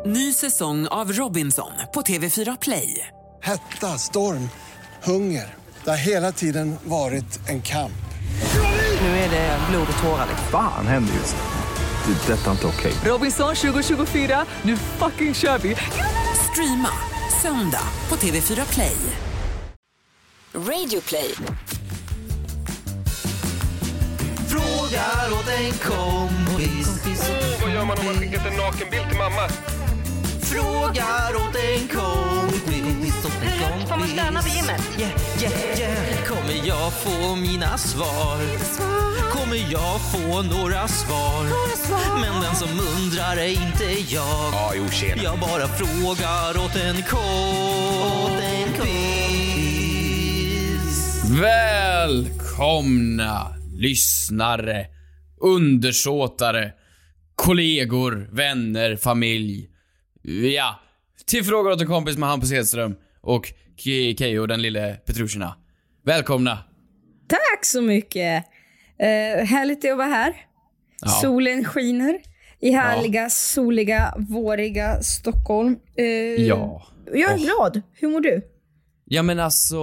Ny säsong av Robinson på TV4 Play. Hetta, storm, hunger. Det har hela tiden varit en kamp. Nu är det blod och tårar. Fan händer just nu. Det. Detta är inte okej. Robinson 2024, nu fucking kör vi. Streama söndag på TV4 Play. Radio Play. Frågar åt en kompis. Vad gör man om man skickat en nakenbild till mamma? Frågar åt en kompis. Får man stanna vid gymmet? Yeah. Kommer jag få mina svar? Kommer jag få några svar? Men den som undrar är inte jag. Ja, jo, tjena. Jag bara frågar åt en kompis. Välkomna lyssnare, undersåtare, kollegor, vänner, familj. Ja, till Frågor åt en kompis med Hampus Hedström och Keyyo, den lille Petrushina. Välkomna. Tack så mycket. Härligt att vara här. Ja. Solen skiner i härliga, soliga, våriga Stockholm. Ja. Jag är glad. Hur mår du? Ja, men alltså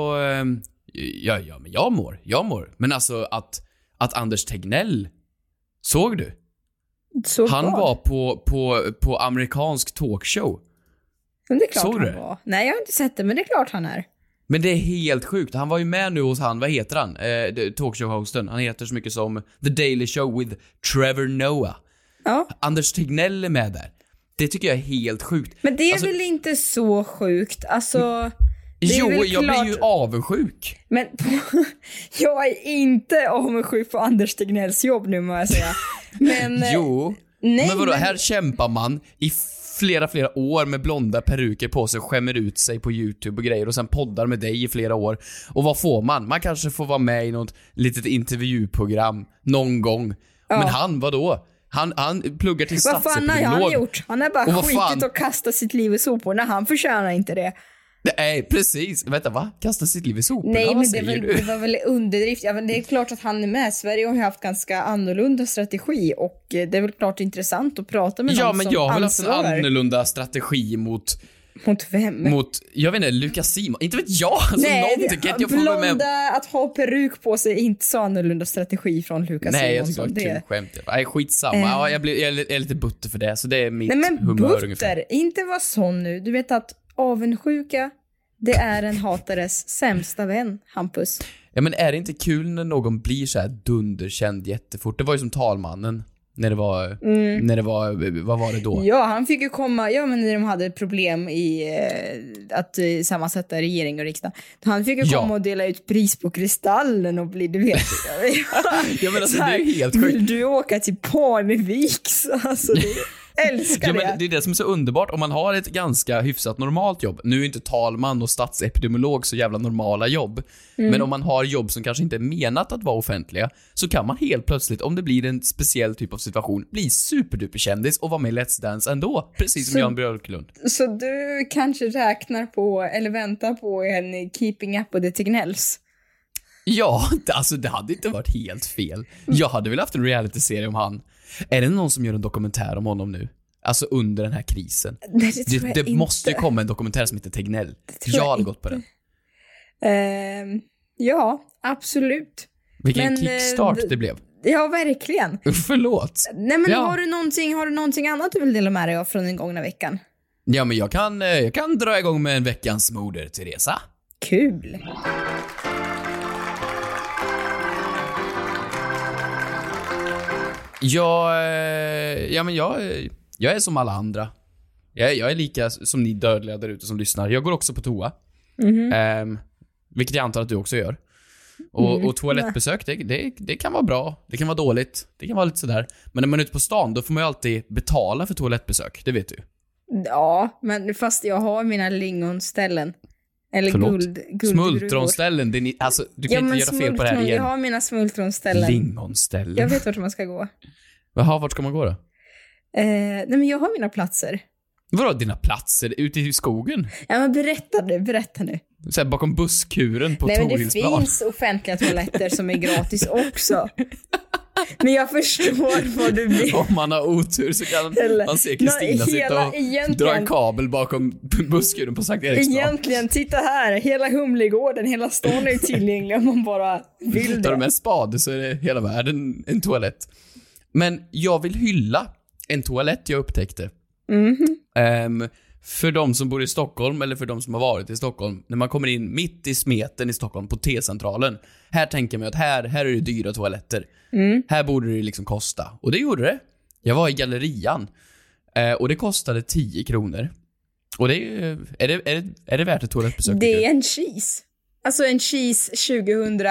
ja, men jag mår. Men alltså att Anders Tegnell, såg du? Så Han glad. var på amerikansk talkshow. Men det är klart såg han du? var. Nej, jag har inte sett det, men det är klart han är. Men det är helt sjukt. Han var ju med nu hos vad heter han? Talkshow-hosten. Han heter så mycket som The Daily Show with Trevor Noah. Ja. Anders Tegnell är med där. Det tycker jag är helt sjukt. Men det är Alltså, väl inte så sjukt. Alltså, det är jo, väl jag klart... blir ju avundsjuk. Men jag är inte avundsjuk på Anders Tegnells jobb nu, må jag säga. Men, Jo, nej, men vadå? Här kämpar man i flera år med blonda peruker på sig och skämmer ut sig på YouTube och grejer och sen poddar med dig i flera år. Och vad får man? Man kanske får vara med i något litet intervjuprogram någon gång. Ja. Men han, vadå? Han pluggar till vad fan har statsepidemiolog. han gjort? Han har bara Och vad fan? skitit och kastat sitt liv i soporna. Han förtjänar inte det. Nej, precis. Vänta, va? Kasta sitt liv i soporna? Nej, Vad men säger du? det var väl underdrift. Ja, men det är klart att han är med. Sverige har ju haft ganska annorlunda strategi och det är väl klart intressant att prata med någon Ja, men som jag har väl haft en ansvarar. annorlunda strategi mot, vem? jag vet inte, Lukas Simon. Inte vet jag. Alltså, någonting. Jag får vara med. Blonda, att ha peruk på sig är inte så annorlunda strategi från Lukas Nej, jag Simonsson. tycker det var ett kul skämt. Nej, skitsamma. Ja, jag är lite butter för det, så det är mitt Nej, men humör ungefär. butter, inte vara sån nu. Du vet att avundsjuka, det är en hatares sämsta vän, Hampus. Ja, men är det inte kul när någon blir så här dunderkänd jättefort? Det var ju som talmannen när det var vad var det då? Ja, han fick ju komma, men när de hade problem i att sammansätta regering och riksdag. Han fick ju komma och dela ut pris på Kristallen och bli, du vet. Ja, men alltså, Så här, det är ju helt sjukt. vill du åka till Parneviks? Alltså, älskar Ja, det. men det är det som är så underbart. Om man har ett ganska hyfsat normalt jobb. Nu är inte talman och statsepidemiolog så jävla normala jobb. Men om man har jobb som kanske inte är menat att vara offentliga, så kan man helt plötsligt, om det blir en speciell typ av situation, bli superduperkändis och vara med i Let's Dance ändå. Precis som Jan Björklund. Så du kanske räknar på, eller väntar på en Keeping Up with the Tegnells? Ja, alltså det hade inte varit helt fel. Jag hade väl haft en reality-serie om han. Är det någon som gör en dokumentär om honom nu? Alltså under den här krisen. Nej, det tror jag det måste ju komma en dokumentär som heter Tegnell. Jag hade gått på den. Ja, absolut. Vilken Men, kickstart det blev. Ja, verkligen. Förlåt. Nej, men Ja. har du någonting annat du vill dela med dig av från den gångna veckan? Ja, men jag kan dra igång med en veckans moder, Teresa. Kul. Jag är som alla andra. Jag är lika som ni dödliga där ute som lyssnar. Jag går också på toa. Vilket jag antar att du också gör. Och toalettbesök, det kan vara bra. Det kan vara dåligt. Det kan vara lite sådär. Men när man är ute på stan, då får man ju alltid betala för toalettbesök. Det vet du. Ja, men fast jag har mina lingonställen. Eller guldgruvor. Smultronställen. Alltså, du kan inte göra fel på det här igen. Jag har mina smultronställen. Lingonställen. Jag vet vart man ska gå. Jaha, vart ska man gå då? Nej, men jag har mina platser. Vadå dina platser? Ute i skogen? Ja, men berätta nu. Så här, bakom busskuren på Nej, men det Torhillsplan. finns offentliga toaletter som är gratis också. Men jag förstår vad du vill. Om man har otur så kan man se Kristina sitta och dra en kabel bakom busskuren på Sankt Eriksplan. Egentligen, titta här. Hela Humlegården, hela stan är tillgänglig om man bara vill det. Tar du med spade så är det hela världen en toalett. Men jag vill hylla en toalett jag upptäckte. För de som bor i Stockholm eller för de som har varit i Stockholm, när man kommer in mitt i smeten i Stockholm på T-centralen, här tänker man att här är det dyra toaletter. Här borde det liksom kosta. Och det gjorde det. Jag var i gallerian och det kostade 10 kronor. Och det är det värt ett toalettbesök? Det är en cheese. Alltså en cheese 2011.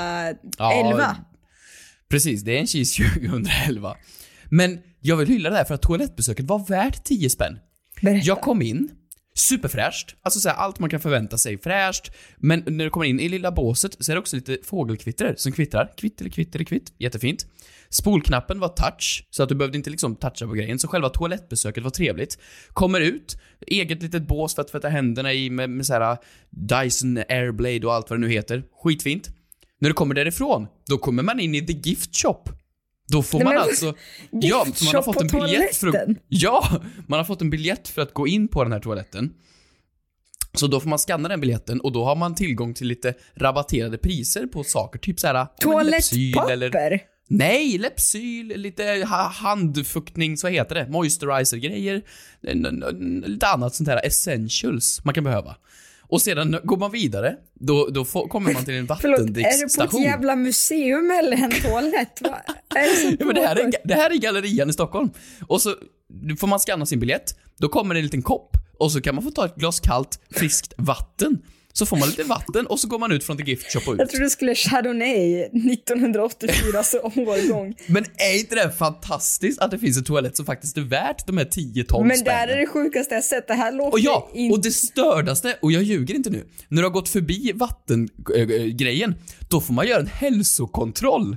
Ja, precis, det är en cheese 2011. Men jag vill hylla det här för att toalettbesöket var värt 10 spänn. Berätta. Jag kom in, superfräscht. Alltså så här, allt man kan förvänta sig fräscht. Men när du kommer in i lilla båset så är det också lite fågelkvitter som kvittrar. Kvitt. Jättefint. Spolknappen var touch, så att du behövde inte liksom toucha på grejen. Så själva toalettbesöket var trevligt. Kommer ut, eget litet bås för att tvätta händerna i med så här Dyson Airblade och allt vad det nu heter. Skitfint. När du kommer därifrån, då kommer man in i The Gift Shop. Då får man alltså... Ja, man har fått en biljett för att, man har fått en biljett för att gå in på den här toaletten. Så då får man skanna den biljetten och då har man tillgång till lite rabatterade priser på saker. Typ såhär... Toalettpapper? Nej, läppsyl, lite handfuktning, så heter det. Moisturizer-grejer. Lite annat sånt här essentials man kan behöva. Och sedan går man vidare, då kommer man till en vattendickstation. Är du på ett jävla museum eller en toalett? Ja, men det här är gallerian i Stockholm. Och så får man skanna sin biljett. Då kommer det en liten kopp. Och så kan man få ta ett glas kallt, friskt vatten. Så får man lite vatten och så går man ut från The Gift Shop och ut. Jag tror du skulle Chardonnay 1984 så årgång. Men är inte det fantastiskt att det finns en toalett som faktiskt är värt de här 10-12 spännen? Men där är det sjukaste jag sett. Det här låter och det stördaste, och jag ljuger inte nu, när du har gått förbi vattengrejen, då får man göra en hälsokontroll.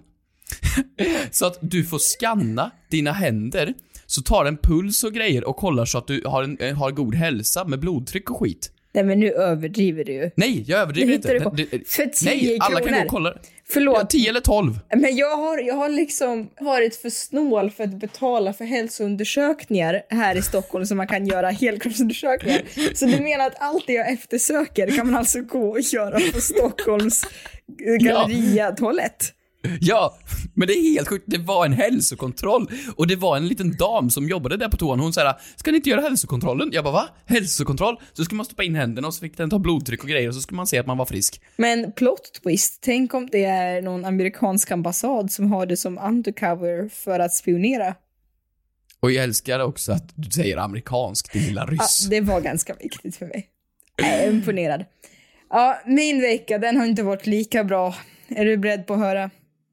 Så att du får skanna dina händer, så tar en puls och grejer och kollar så att du har god hälsa med blodtryck och skit. Nej, men nu överdriver du ju. Nej, jag överdriver inte. För 10 nej, alla kronor. kan gå och kolla. Förlåt. Ja, 10 eller 12. Men jag har liksom varit för snål för att betala för hälsoundersökningar här i Stockholm som man kan göra helkroppsundersökningar. Så du menar att allt det jag eftersöker kan man alltså gå och göra på Stockholms galleria-toalett? Ja, men det är helt sjukt. Det var en hälsokontroll. Och det var en liten dam som jobbade där på toan. Hon sa, ska ni inte göra hälsokontrollen? Jag bara, va? Hälsokontroll? Så ska man stoppa in händerna och så fick den ta blodtryck och grejer. Och så skulle man se att man var frisk. Men plot twist. Tänk om det är någon amerikansk ambassad som har det som undercover för att spionera. Och jag älskar också att du säger amerikansk, din lilla ryss. Ja, det var ganska viktigt för mig. Jag är imponerad. Ja, min vecka, den har inte varit lika bra. Är du beredd på att höra?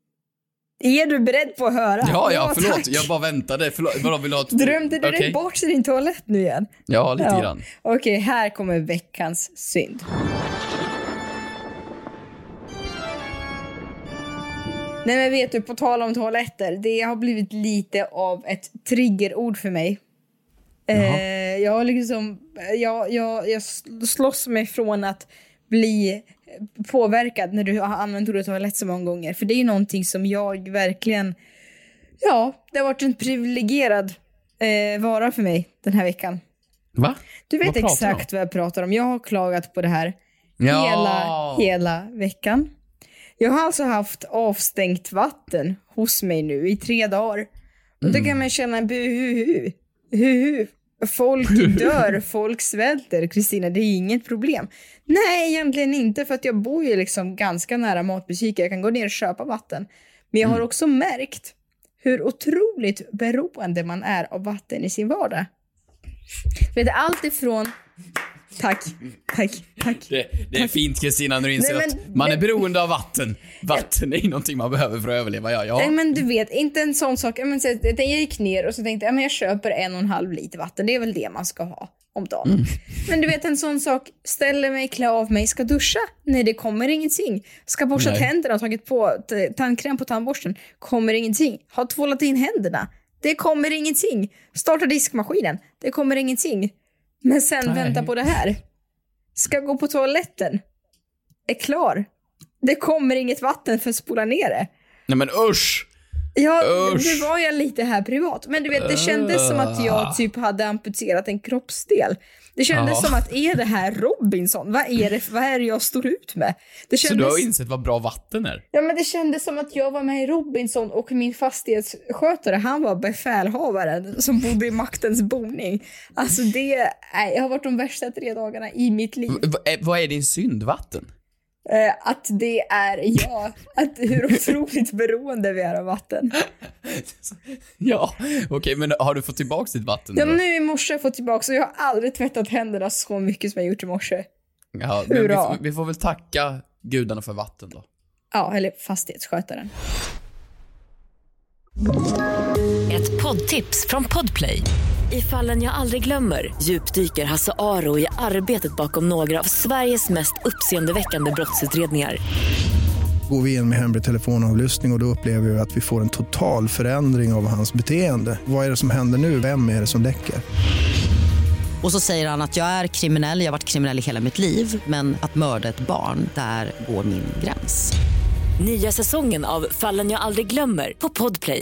Är du beredd på att höra? Ja, förlåt. Tack. Jag bara väntade. Förlåt, vill ha Drömde du dig bort till din toalett nu igen? Ja, lite grann. Okej, här kommer veckans synd. Nej, men vet du, på tal om toaletter, det har blivit lite av ett triggerord för mig. Jag slåss mig från att bli påverkad när du har använt ordet toalett så många gånger. För det är ju någonting som jag verkligen... Ja, det har varit en privilegierad vara för mig den här veckan. Va? Du vet exakt vad jag pratar om. Jag har klagat på det här hela veckan. Jag har alltså haft avstängt vatten hos mig nu i 3 dagar. Och då kan man känna buhuhu. Folk dör, folk svälter. Kristina, det är inget problem. Nej, egentligen inte, för att jag bor ju liksom ganska nära matbutiker. Jag kan gå ner och köpa vatten. Men jag har också märkt hur otroligt beroende man är av vatten i sin vardag. Det är allt ifrån... Tack. Det är fint, Kristina, när du inser att man är beroende av vatten. Vatten är någonting man behöver för att överleva, ja. Nej, men du vet, inte en sån sak. Jag gick ner och så tänkte jag köper 1,5 liter vatten. Det är väl det man ska ha om dagen. Men du vet, en sån sak, ställer mig, klä av mig, ska duscha. Nej, det kommer ingenting. Ska borsta tänderna och tagit på tandkräm på tandborsten. Kommer ingenting. Har tvålat in händerna. Det kommer ingenting. Starta diskmaskinen. Det kommer ingenting. Men sen vänta på det här. Ska gå på toaletten. Är klar. Det kommer inget vatten för att spola ner det. Nej, men usch. Ja, det var jag lite här privat. Men du vet, det kändes som att jag typ hade amputerat en kroppsdel. Det kändes som att, är det här Robinson? Vad är det jag står ut med? Så du har insett vad bra vatten är? Ja, men det kändes som att jag var med i Robinson och min fastighetsskötare, han var befälhavaren som bodde i maktens boning. Alltså jag har varit de värsta 3 dagarna i mitt liv. Vad är din synd, vatten? Att det är hur otroligt beroende vi är av vatten. Ja, okej, men har du fått tillbaka ditt vatten? Ja, nu i morse har jag fått tillbaka, så jag har aldrig tvättat händerna så mycket som jag gjort i morse. Ja, men vi får väl tacka gudarna för vatten då. Ja, eller fastighetsskötaren. Ett poddtips från Podplay. I Fallen jag aldrig glömmer djupdyker Hasse Aro i arbetet bakom några av Sveriges mest uppseendeväckande brottsutredningar. Går vi in med hemlig telefonavlyssning och då upplever vi att vi får en total förändring av hans beteende. Vad är det som händer nu? Vem är det som läcker? Och så säger han att jag är kriminell, jag har varit kriminell i hela mitt liv. Men att mörda ett barn, där går min gräns. Nya säsongen av Fallen jag aldrig glömmer på Podplay.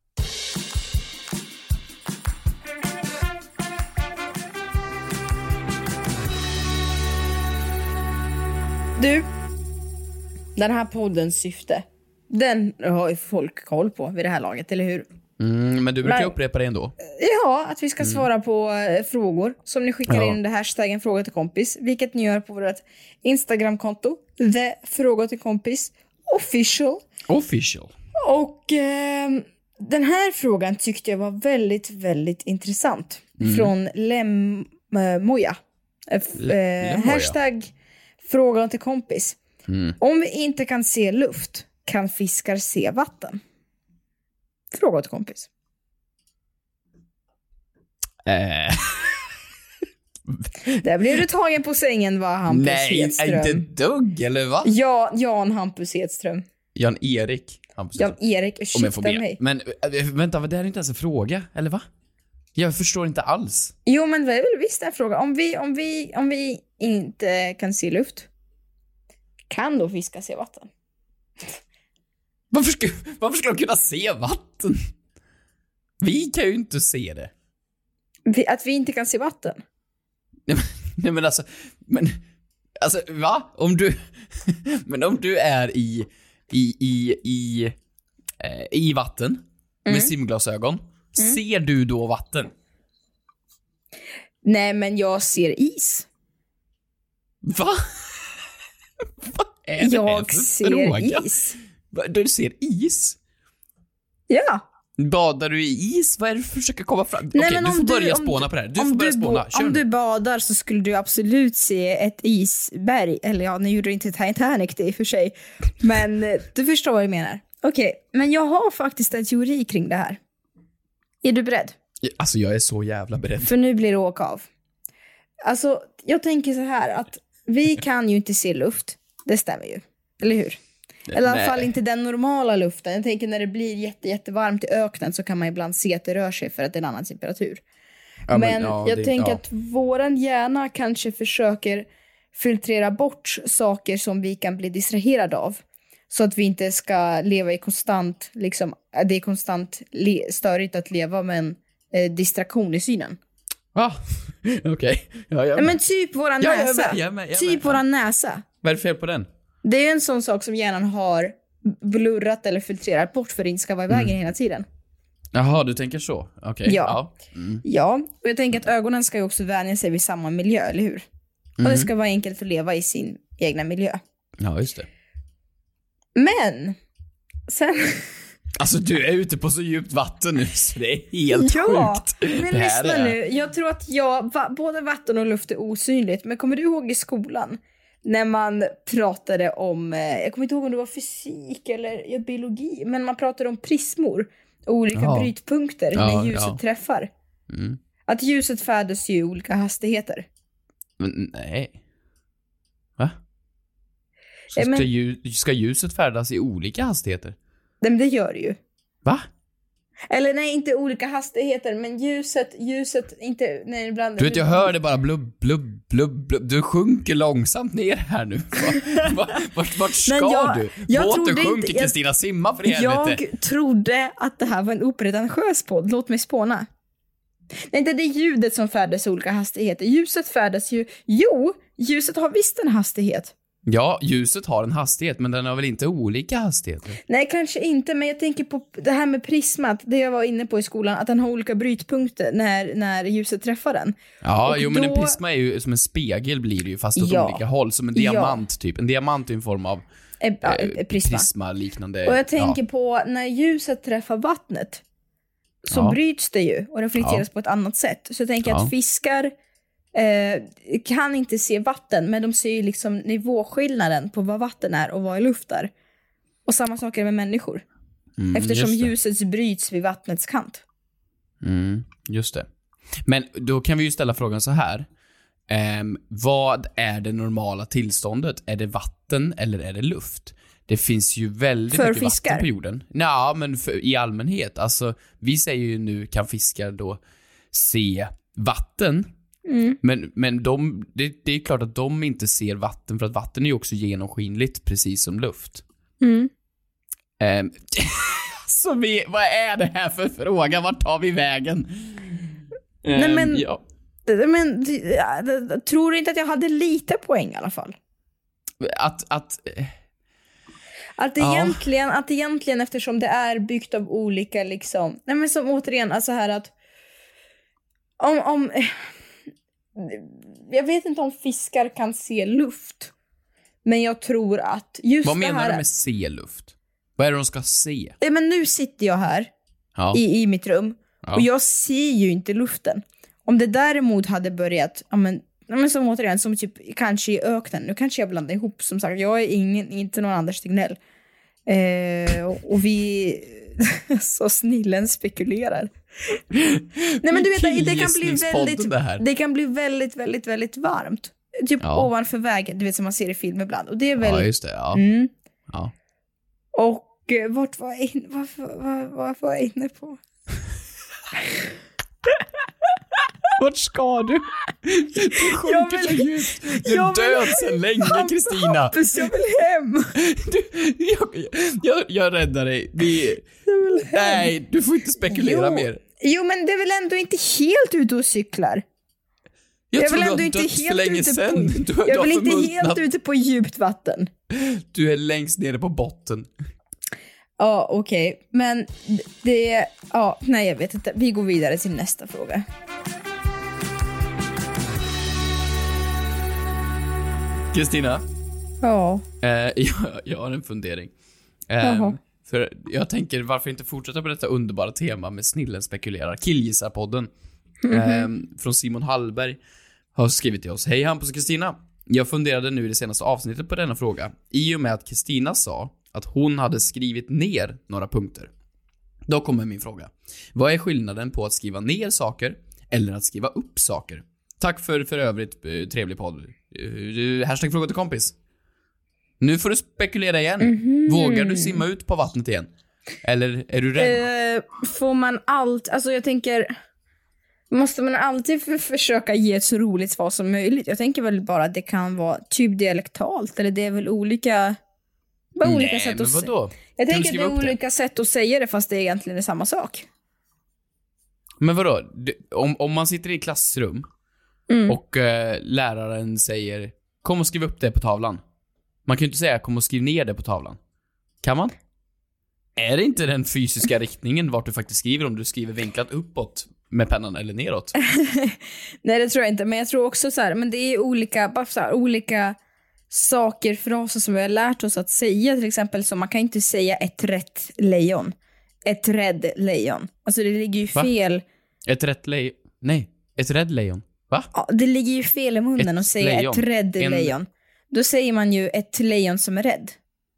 Du, den här poddens syfte, den har ju folk koll på vid det här laget, eller hur? Men du brukar upprepa det ändå. Ja, att vi ska svara på frågor som ni skickar in under hashtaggen fråga till kompis, vilket ni gör på vårt Instagramkonto, The Fråga till kompis official. Och den här frågan tyckte jag var väldigt, väldigt intressant. Från Lemmoja. Hashtag fråga till kompis. Om vi inte kan se luft, kan fiskar se vatten? Fråga till kompis. Där blev du tagen på sängen, var Hampus Hedström. Nej, inte dugg, eller va? Ja, Jan Hampus Hedström. Jan-Erik Hampus Hedström. Jan-Erik, ursäkta mig. Men vänta, det här är inte ens en fråga, eller va? Jag förstår inte alls. Jo, men det är väl visst en fråga. Om vi inte kan se luft, kan då fiskar se vatten? Varför ska de kunna se vatten? Vi kan ju inte se det. Att vi inte kan se vatten? Nej, men alltså, va? Om du är i vatten med simglasögon, ser du då vatten? Nej, men jag ser is. Va? Vad är det jag ser fråga? Is. Du ser is? Ja. Badar du i is? Vad är det du försöker komma fram? Okej, du får börja spåna på det här. Om du badar så skulle du absolut se ett isberg. Eller ja, nu gjorde du inte Titanic det i och för sig. Men du förstår vad jag menar. Okej, men jag har faktiskt en teori kring det här. Är du beredd? Alltså, jag är så jävla beredd. För nu blir det åka av. Alltså, jag tänker så här att vi kan ju inte se luft. Det stämmer ju. Eller hur? Eller i alla fall inte den normala luften. Jag tänker när det blir jättevarmt i öknen så kan man ibland se att det rör sig för att det är en annan temperatur. Ja, men jag tänker att våran hjärna kanske försöker filtrera bort saker som vi kan bli distraherade av. Så att vi inte ska leva i konstant, liksom, det är konstant störigt att leva med en distraktion i synen. Okej. Ja, men typ våran näsa. Våran näsa. Vad är det fel på den? Det är en sån sak som hjärnan har blurrat eller filtrerat bort för att det inte ska vara i vägen hela tiden. Jaha, du tänker så? Okej. Ja. Ja, och jag tänker att ögonen ska ju också vänja sig vid samma miljö, eller hur? Och det ska vara enkelt att leva i sin egna miljö. Ja, just det. Men sen... Alltså, du är ute på så djupt vatten nu så det är helt sjukt. Men lyssna nu. Jag tror att både vatten och luft är osynligt. Men kommer du ihåg i skolan när man pratade om, jag kommer inte ihåg om det var fysik eller biologi, men man pratade om prismor och olika brytpunkter när ljuset träffar. Att ljuset färdas ju i olika hastigheter. Men, nej. Va? Ska ljuset färdas i olika hastigheter? Nej, men det gör det ju. Va? Eller nej, inte olika hastigheter, men ljuset inte, nej, ibland. Du vet, jag hör det bara blubb, blubb, blubb, blubb. Du sjunker långsamt ner här nu. Vart ska du? Båten sjunker, Kristina, simma för helvete. Jag trodde att det här var en opretentiös podd. Låt mig spåna. Nej, inte det är ljudet som färdas i olika hastigheter. Ljuset färdas ju... Jo, ljuset har visst en hastighet. Ja, ljuset har en hastighet, men den har väl inte olika hastigheter? Nej, kanske inte, men jag tänker på det här med prismat, det jag var inne på i skolan, att den har olika brytpunkter när ljuset träffar den. Ja, och jo, men en prisma är ju som en spegel blir det ju, fast åt olika håll, som en diamant typ. En diamant är en form av prisma liknande. Och jag tänker på när ljuset träffar vattnet så bryts det ju och reflekteras på ett annat sätt. Så jag tänker att fiskar kan inte se vatten, men de ser ju liksom nivåskillnaden på vad vatten är och vad är luft är. Och samma sak är med människor. Eftersom ljuset bryts vid vattnets kant. Just det. Men då kan vi ju ställa frågan så här. Vad är det normala tillståndet? Är det vatten eller är det luft? Det finns ju väldigt mycket fiskar. Vatten på jorden. Ja, men i allmänhet. Alltså, vi säger ju nu, kan fiskar då se vatten? Men det är klart att de inte ser vatten, för att vatten är ju också genomskinligt, precis som luft. Så vad är det här för fråga? Vart tar vi vägen? Nej, men tror du inte att jag hade lite poäng i alla fall? Att egentligen, eftersom det är byggt av olika liksom... Nej, men som återigen, alltså här att om jag vet inte om fiskar kan se luft, men jag tror att just vad det här... menar du med se luft? Vad är det de ska se? Men nu sitter jag här i mitt rum och jag ser ju inte luften. Om det däremot hade börjat men som återigen, som typ kanske i öknen. Nu kanske jag blandar ihop, som sagt. Jag är inte någon Anders Tegnell. Och vi så snillen spekulerar. Nej, men du vet, det kan bli väldigt, väldigt, väldigt varmt. Typ ovanför vägen, du vet, som man ser i film ibland. Och det är väldigt... Ja, just det, ja. Och vad var jag inne på? Vart ska du? Du sjunker så djupt. Du är död så länge, Kristina. Jag vill hem. Jag räddar dig. Nej, du får inte spekulera mer. Jo, men det är väl ändå inte helt ute och cyklar. Jag är väl ändå inte helt ute på djupt vatten. Du är längst nere på botten. Ja, okej. Men det... Ja, nej, jag vet inte. Vi går vidare till nästa fråga. Kristina? Ja. Jag har en fundering. För jag tänker, varför inte fortsätta på detta underbara tema med snillen spekulerar. Killgissarpodden. Från Simon Hallberg har skrivit till oss. Hej Hampus och Kristina. Jag funderade nu i det senaste avsnittet på denna fråga. I och med att Kristina sa att hon hade skrivit ner några punkter. Då kommer min fråga. Vad är skillnaden på att skriva ner saker eller att skriva upp saker? Tack för övrigt trevlig podd. Hashtag fråga till kompis. Nu får du spekulera igen. Vågar du simma ut på vattnet igen? Eller är du rädd? Får man allt... Alltså jag tänker... Måste man alltid försöka ge ett så roligt svar som möjligt? Jag tänker väl bara att det kan vara typ dialektalt. Eller det är väl olika... olika sätt att vadå? Jag tänker att det är olika sätt att säga det, fast det egentligen är samma sak. Men vadå? Om man sitter i klassrum och läraren säger kom och skriv upp det på tavlan. Man kan ju inte säga kom och skriv ner det på tavlan. Kan man? Är det inte den fysiska riktningen vart du faktiskt skriver, om du skriver vinklat uppåt med pennan eller neråt? Nej, det tror jag inte. Men jag tror också så här, men det är olika saker, fraser som vi har lärt oss att säga. Till exempel, så man kan inte säga ett rätt lejon. Ett rädd lejon. Alltså det ligger ju fel. Ett rätt lejon? Nej, ett rädd lejon. Va? Ja, det ligger ju fel i munnen att säga lejon. Ett rädd lejon. Då säger man ju ett lejon som är rädd.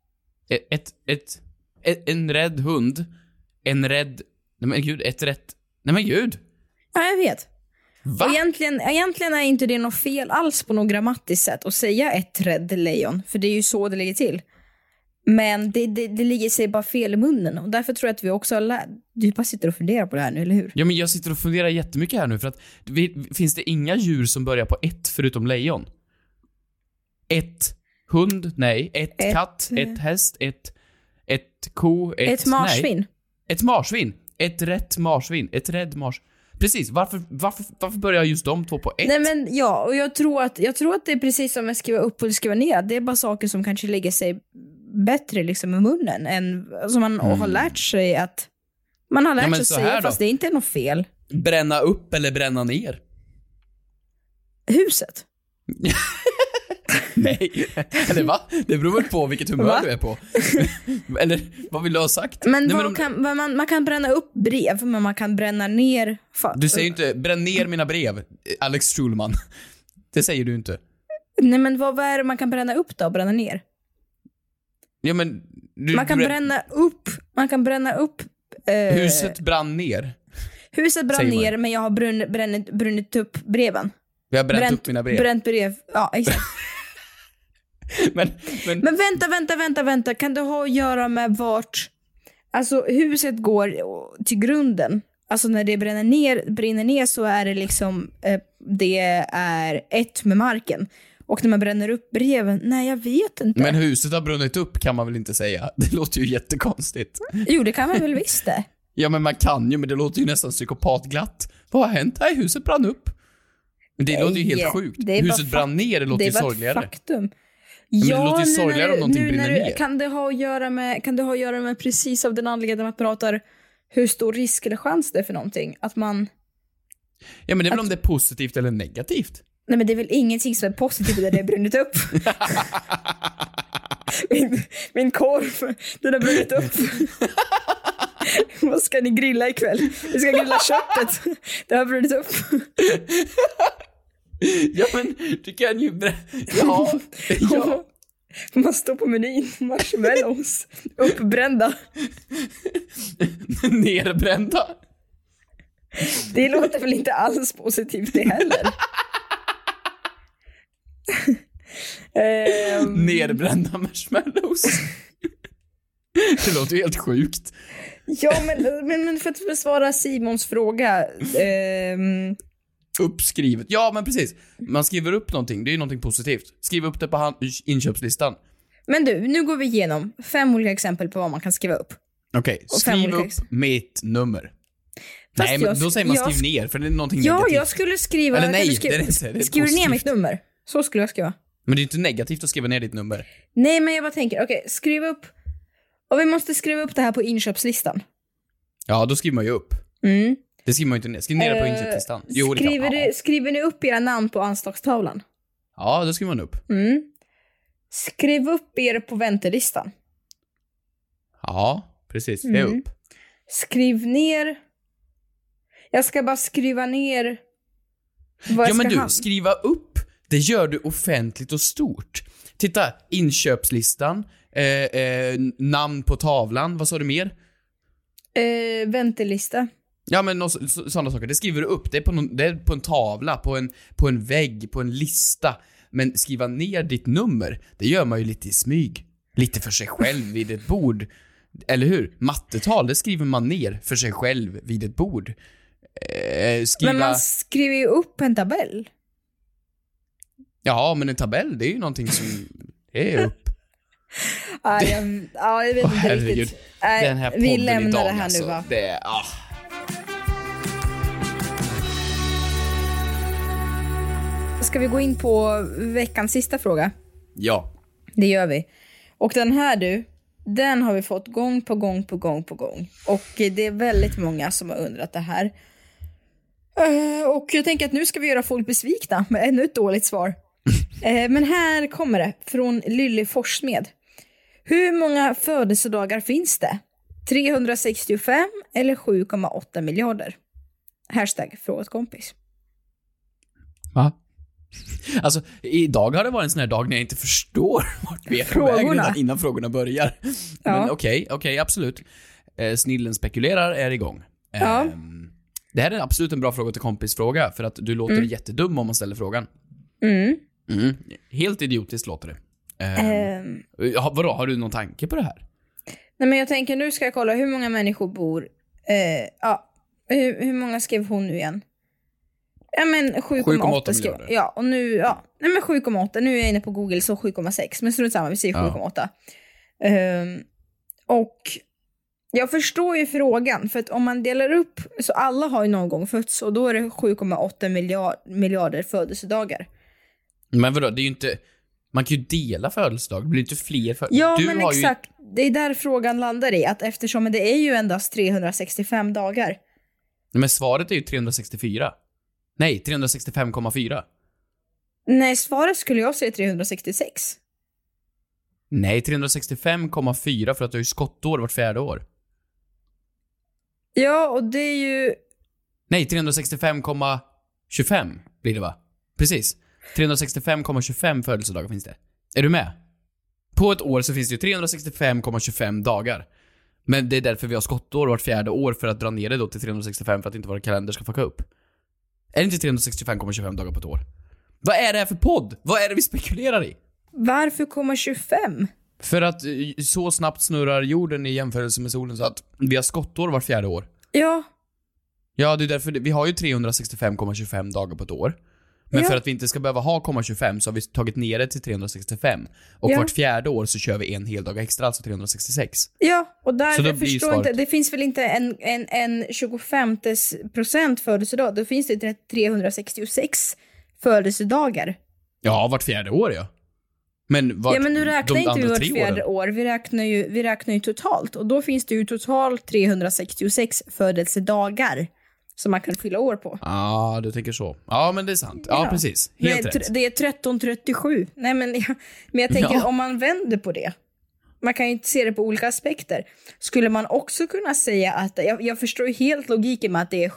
En rädd hund. En rädd... Nej men gud, ett rätt... Nej men gud. Ja, jag vet. Va? Och egentligen är inte det något fel alls på något grammatiskt sätt att säga ett rädd lejon. För det är ju så det ligger till. Men det ligger sig bara fel i munnen. Och därför tror jag att vi också har du bara sitter och funderar på det här nu, eller hur? Ja, men jag sitter och funderar jättemycket här nu. För att finns det inga djur som börjar på ett förutom lejon? Ett hund, nej. Ett katt, ett häst, ett ko, ett marsvin. Nej. Ett marsvin. Ett rätt marsvin. Ett rädd marsvin. Precis, varför börjar just de två på ett? Nej, men ja, och jag tror att det är precis som att skriva upp och skriva ner. Det är bara saker som kanske lägger sig bättre liksom i munnen än som man har lärt sig att man har lärt sig att säga, fast det är inte något fel. Bränna upp eller bränna ner? Huset. Nej, eller va? Det beror väl på vilket humör du är på. Eller vad vill du ha sagt? Men, man kan bränna upp brev, men man kan bränna ner... Du säger ju inte, bränn ner mina brev, Alex Schulman. Det säger du inte. Nej, men vad är det man kan bränna upp då och bränna ner? Ja, men... Man kan bränna upp... Huset brann ner. Huset brann ner, men jag har brunnit upp breven. Jag har bränt upp mina brev. Bränt brev, ja, exakt. Men vänta. Kan det ha att göra med vart... Alltså, huset går till grunden. Alltså, när det brinner ner så är det liksom... det är ett med marken. Och när man bränner upp breven... Nej, jag vet inte. Men huset har brunnit upp kan man väl inte säga? Det låter ju jättekonstigt. Jo, det kan man väl visst det. Ja, men man kan ju, men det låter ju nästan psykopatglatt. Vad har hänt? Nej, huset brann upp. Men det låter ju helt sjukt. Huset brann ner, det låter ju sorgligare. Det är faktum. Ja, men det låter ju sorgligare om någonting brinner ner. Kan det ha att göra med precis av den anledningen man pratar hur stor risk eller chans det är för någonting? Att man... Ja, men det är väl om det är positivt eller negativt? Nej, men det är väl ingenting som är positivt när det är brunnit upp. min korv, den har brunnit upp. Vad ska ni grilla ikväll? Vi ska grilla köttet. Det har brunnit upp. Ja, men du kan ju... Ja. Man står på menyn. Marshmallows. Uppbrända. Nerbrända. Det låter väl inte alls positivt det heller. Nerbrända marshmallows. Det låter ju helt sjukt. Ja, men för att besvara Simons fråga... Uppskrivet. Ja, men precis. Man skriver upp någonting. Det är ju någonting positivt. Skriv upp det på inköpslistan. Men du, nu går vi igenom 5 olika exempel på vad man kan skriva upp. Okej, skriv upp mitt nummer. Fast nej, men då säger man skriv ner, för det är någonting negativt. Ja, jag skulle skriva... Eller nej, det är inte. Det är skriver ner mitt nummer. Så skulle jag skriva. Men det är inte negativt att skriva ner ditt nummer. Nej, men jag bara tänker, okej, skriv upp... Och vi måste skriva upp det här på inköpslistan. Ja, då skriver man ju upp. Mm. Det skriver man ju inte ner. Skriv ner det på inköpslistan. Jo, skriver ni upp era namn på anslagstavlan? Ja, då skriver man upp. Mm. Skriv upp er på väntelistan. Ja, precis. Det är upp. Skriv ner... Jag ska bara skriva ner... Ja, men du, skriva upp, det gör du offentligt och stort. Titta, inköpslistan, namn på tavlan, vad sa du mer? Väntelista. Ja, men sådana saker, det skriver du upp, det är på en tavla, på en vägg, på en lista. Men skriva ner ditt nummer, det gör man ju lite i smyg. Lite för sig själv vid ett bord. Eller hur? Mattetal, det skriver man ner för sig själv vid ett bord. Men man skriver ju upp en tabell. Ja, men en tabell, det är ju någonting som är upp. Jag vet inte riktigt. Den här podden vi lämnar idag, det här alltså, nu, va? Det är... Ska vi gå in på veckans sista fråga? Ja. Det gör vi. Och den här den har vi fått gång på gång. Och det är väldigt många som har undrat det här. Och jag tänker att nu ska vi göra folk besvikna med ännu ett dåligt svar. Men här kommer det från Lilly Forsmed. Hur många födelsedagar finns det? 365 eller 7,8 miljarder? #frågatkompis. Va? Alltså, idag har det varit en sån här dag när jag inte förstår vart vi är på väg innan frågorna börjar. Ja. Men okej, absolut. Snillen spekulerar är igång. Ja. Det här är absolut en bra fråga till kompisfråga, för att du låter jättedum om man ställer frågan. Helt idiotiskt låter det. Vadå, har du någon tanke på det här? Nej, men jag tänker, nu ska jag kolla hur många människor bor. Hur många skrev hon nu igen? Ja, men 7,8 skrev. Ja, och nu, nej men 7,8. Nu är jag inne på Google, så 7,6. Men strunt samma, vi säger 7,8. Och jag förstår ju frågan, för att om man delar upp, så alla har ju någon gång fötts, och då är det 7,8 miljarder födelsedagar. Men vadå, det är ju inte... Man kan ju dela födelsedag, det blir inte fler Ja, men exakt. Det är där frågan landar i, att eftersom det är ju endast 365 dagar. Men svaret är ju 364. Nej, 365,4. Nej, svaret skulle jag säga 366. Nej, 365,4 för att du har ju skottår vart 4:e år. Ja, och det är ju... Nej, 365,25 blir det, va? Precis. 365,25 födelsedagar finns det. Är du med? På ett år så finns det ju 365,25 dagar. Men det är därför vi har skottår vart 4:e år, för att dra ner det då till 365 för att inte våra kalender ska fucka upp. Är det inte 365,25 dagar på ett år? Vad är det här för podd? Vad är det vi spekulerar i? Varför 25? För att så snabbt snurrar jorden i jämförelse med solen så att vi har skottår vart 4:e år. Ja. Ja, det är därför vi har ju 365,25 dagar på ett år. Men för att vi inte ska behöva ha 0,25 så har vi tagit ner det till 365. Och vart 4:e år så kör vi en hel dag extra, alltså 366. Ja, och där jag förstår inte, det finns väl inte en 25% födelsedag. Då finns det 366 födelsedagar. Ja, vart 4:e år, ja. Men nu räknar inte vi vart 4:e år. Vi räknar ju totalt. Och då finns det ju totalt 366 födelsedagar som man kan fylla år på. Ja, du tänker så. Ja, men det är sant. Ja, precis. Helt rätt. Det är 1337. Nej, men jag tänker, om man vänder på det. Man kan ju inte se det på olika aspekter. Skulle man också kunna säga att... Jag förstår ju helt logiken med att det är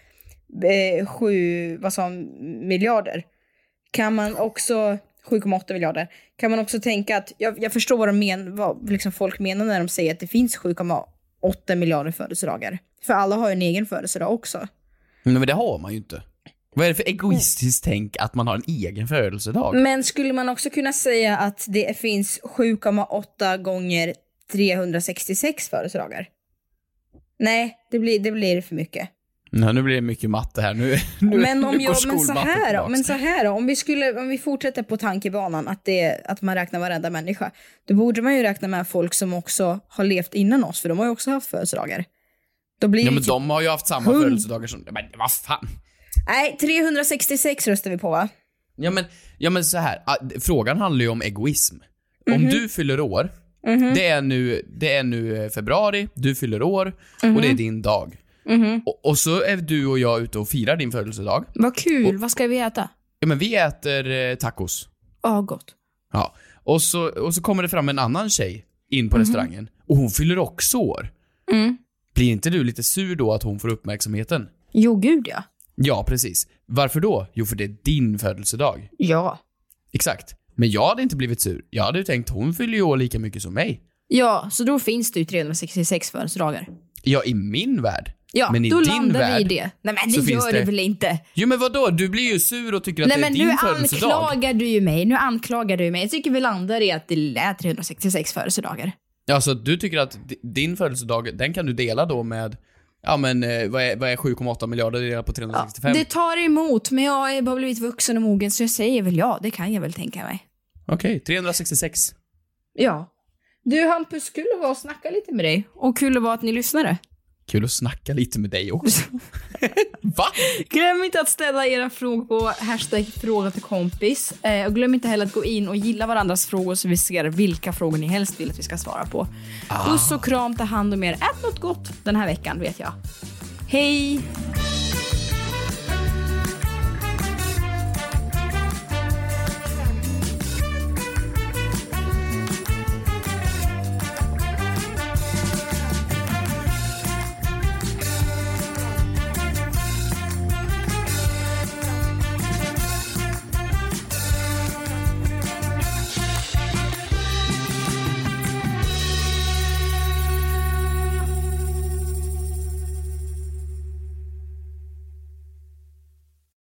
7 miljarder. Kan man också... 7,8 miljarder. Kan man också tänka att... Jag förstår vad liksom folk menar när de säger att det finns 7,8 miljarder födelsedagar. För alla har ju en egen födelsedag också. Men det har man ju inte. Vad är det för egoistiskt tänk att man har en egen födelsedag? Men skulle man också kunna säga att det finns 7,8 gånger 366 födelsedagar? Nej, det blir för mycket. Nej, nu blir det mycket matte här. Men så här då, om vi fortsätter på tankebanan att man räknar varenda människa, då borde man ju räkna med folk som också har levt innan oss, för de har ju också haft födelsedagar. Då blir men de har ju haft samma födelsedagar som... Men vad fan? Nej, 366 röstar vi på, va? Ja, men så här. Frågan handlar ju om egoism. Om du fyller år, det är nu februari, du fyller år, och det är din dag. Och så är du och jag ute och firar din födelsedag. Vad kul, vad ska vi äta? Ja, men vi äter tacos. Gott. Ja, och så kommer det fram en annan tjej in på restaurangen. Och hon fyller också år. Blir inte du lite sur då att hon får uppmärksamheten? Jo, gud ja. Ja, precis. Varför då? Jo, för det är din födelsedag. Ja. Exakt. Men jag hade inte blivit sur. Jag hade ju tänkt, hon fyller ju år lika mycket som mig. Ja, så då finns det ju 366 födelsedagar. Ja, i min värld. Ja, men i då din landar värld, vi i det. Nej, men det gör det väl inte. Jo, men vadå? Du blir ju sur och tycker att det är din födelsedag. Nu anklagar du mig. Jag tycker vi landar i att det är 366 födelsedagar. Ja, så du tycker att din födelsedag, den kan du dela då med... Ja, men vad är 7,8 miljarder delat på 365? Ja, det tar emot, men jag har bara blivit vuxen och mogen, så jag säger väl ja, det kan jag väl tänka mig. Okej, 366. Ja. Du, Hampus, kul att vara och snacka lite med dig. Och kul att vara att ni lyssnade. Kul att snacka lite med dig också. Va? Glöm inte att ställa era frågor på #fråga till kompis. Och glöm inte heller att gå in och gilla varandras frågor så vi ser vilka frågor ni helst vill att vi ska svara på. Puss och kram, ta hand om er. Ät något gott den här veckan, vet jag. Hej!